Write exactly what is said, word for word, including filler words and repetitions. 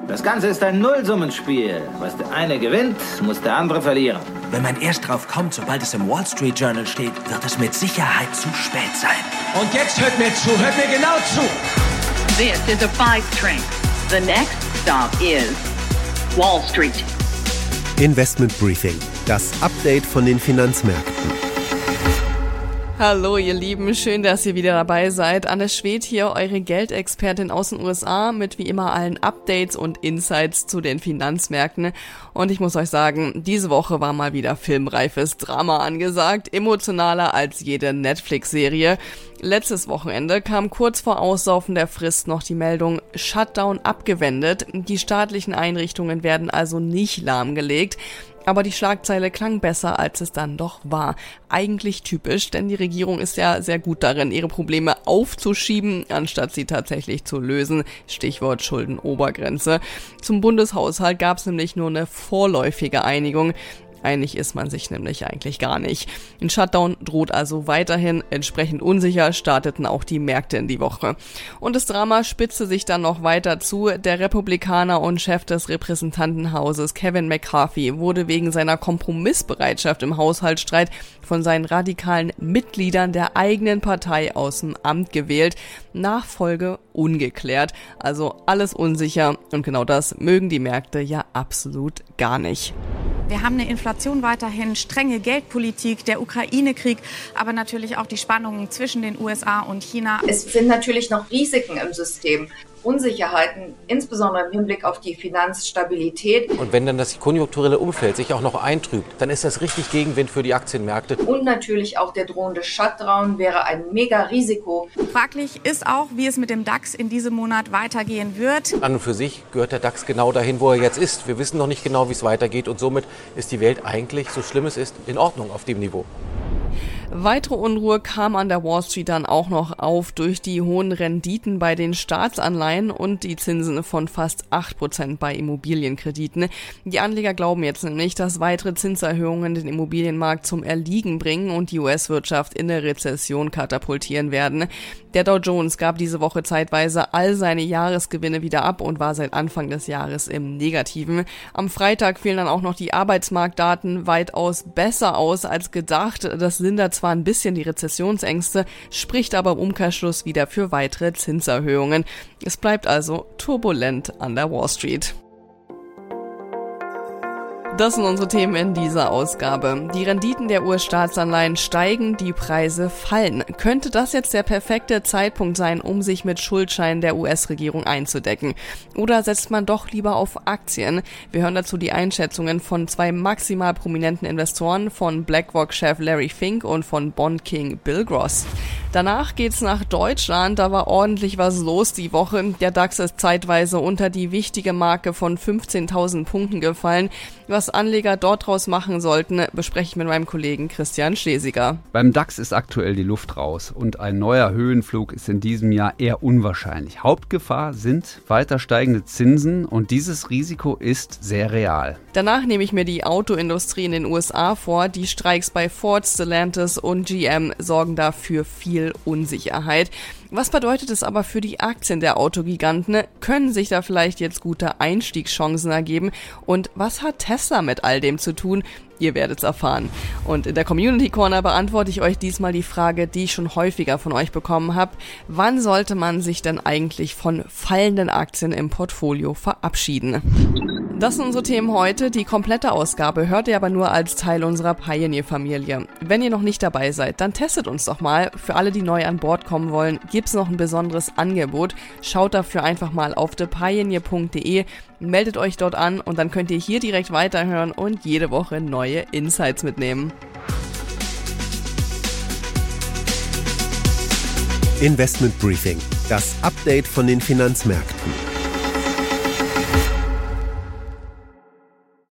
Das Ganze ist ein Nullsummenspiel. Was der eine gewinnt, muss der andere verlieren. Wenn man erst drauf kommt, sobald es im Wall Street Journal steht, wird es mit Sicherheit zu spät sein. Und jetzt hört mir zu, hört mir genau zu. This is a five train. The next stop is Wall Street. Investment Briefing, das Update von den Finanzmärkten. Hallo ihr Lieben, schön, dass ihr wieder dabei seid. Anne Schwedt hier, eure Geldexpertin aus den U S A mit wie immer allen Updates und Insights zu den Finanzmärkten. Und ich muss euch sagen, diese Woche war mal wieder filmreifes Drama angesagt, emotionaler als jede Netflix-Serie. Letztes Wochenende kam kurz vor Auslaufen der Frist noch die Meldung Shutdown abgewendet. Die staatlichen Einrichtungen werden also nicht lahmgelegt. Aber die Schlagzeile klang besser, als es dann doch war. Eigentlich typisch, denn die Regierung ist ja sehr gut darin, ihre Probleme aufzuschieben, anstatt sie tatsächlich zu lösen. Stichwort Schuldenobergrenze. Zum Bundeshaushalt gab es nämlich nur eine vorläufige Einigung. Einig ist man sich nämlich eigentlich gar nicht. Ein Shutdown droht also weiterhin. Entsprechend unsicher starteten auch die Märkte in die Woche. Und das Drama spitzte sich dann noch weiter zu. Der Republikaner und Chef des Repräsentantenhauses Kevin McCarthy wurde wegen seiner Kompromissbereitschaft im Haushaltsstreit von seinen radikalen Mitgliedern der eigenen Partei aus dem Amt gewählt. Nachfolge ungeklärt. Also alles unsicher. Und genau das mögen die Märkte ja absolut gar nicht. Wir haben eine Inflation weiterhin, strenge Geldpolitik, der Ukraine-Krieg, aber natürlich auch die Spannungen zwischen den U S A und China. Es sind natürlich noch Risiken im System, Unsicherheiten, insbesondere im Hinblick auf die Finanzstabilität. Und wenn dann das konjunkturelle Umfeld sich auch noch eintrübt, dann ist das richtig Gegenwind für die Aktienmärkte. Und natürlich auch der drohende Shutdown wäre ein Mega-Risiko. Fraglich ist auch, wie es mit dem DAX in diesem Monat weitergehen wird. An und für sich gehört der DAX genau dahin, wo er jetzt ist. Wir wissen noch nicht genau, wie es weitergeht und somit ist die Welt eigentlich, so schlimm es ist, in Ordnung auf dem Niveau. Weitere Unruhe kam an der Wall Street dann auch noch auf durch die hohen Renditen bei den Staatsanleihen und die Zinsen von fast acht Prozent bei Immobilienkrediten. Die Anleger glauben jetzt nämlich, dass weitere Zinserhöhungen den Immobilienmarkt zum Erliegen bringen und die U S-Wirtschaft in eine Rezession katapultieren werden. Der Dow Jones gab diese Woche zeitweise all seine Jahresgewinne wieder ab und war seit Anfang des Jahres im Negativen. Am Freitag fielen dann auch noch die Arbeitsmarktdaten weitaus besser aus als gedacht. Das lindert zwar ein bisschen die Rezessionsängste, spricht aber im Umkehrschluss wieder für weitere Zinserhöhungen. Es bleibt also turbulent an der Wall Street. Das sind unsere Themen in dieser Ausgabe. Die Renditen der U S-Staatsanleihen steigen, die Preise fallen. Könnte das jetzt der perfekte Zeitpunkt sein, um sich mit Schuldscheinen der U S-Regierung einzudecken? Oder setzt man doch lieber auf Aktien? Wir hören dazu die Einschätzungen von zwei maximal prominenten Investoren, von BlackRock-Chef Larry Fink und von Bond-King Bill Gross. Danach geht's nach Deutschland, da war ordentlich was los die Woche. Der DAX ist zeitweise unter die wichtige Marke von fünfzehntausend Punkten gefallen. Was Anleger dort draus machen sollten, bespreche ich mit meinem Kollegen Christian Schlesiger. Beim DAX ist aktuell die Luft raus und ein neuer Höhenflug ist in diesem Jahr eher unwahrscheinlich. Hauptgefahr sind weiter steigende Zinsen und dieses Risiko ist sehr real. Danach nehme ich mir die Autoindustrie in den U S A vor. Die Streiks bei Ford, Stellantis und G M sorgen dafür viel Unsicherheit. Was bedeutet es aber für die Aktien der Autogiganten? Können sich da vielleicht jetzt gute Einstiegschancen ergeben? Und was hat Tesla mit all dem zu tun? Ihr werdet es erfahren. Und in der Community Corner beantworte ich euch diesmal die Frage, die ich schon häufiger von euch bekommen habe. Wann sollte man sich denn eigentlich von fallenden Aktien im Portfolio verabschieden? Das sind unsere Themen heute. Die komplette Ausgabe hört ihr aber nur als Teil unserer Pioneer-Familie. Wenn ihr noch nicht dabei seid, dann testet uns doch mal. Für alle, die neu an Bord kommen wollen, gibt's noch ein besonderes Angebot. Schaut dafür einfach mal auf the pioneer punkt de, meldet euch dort an und dann könnt ihr hier direkt weiterhören und jede Woche neue Insights mitnehmen. Investment Briefing, das Update von den Finanzmärkten.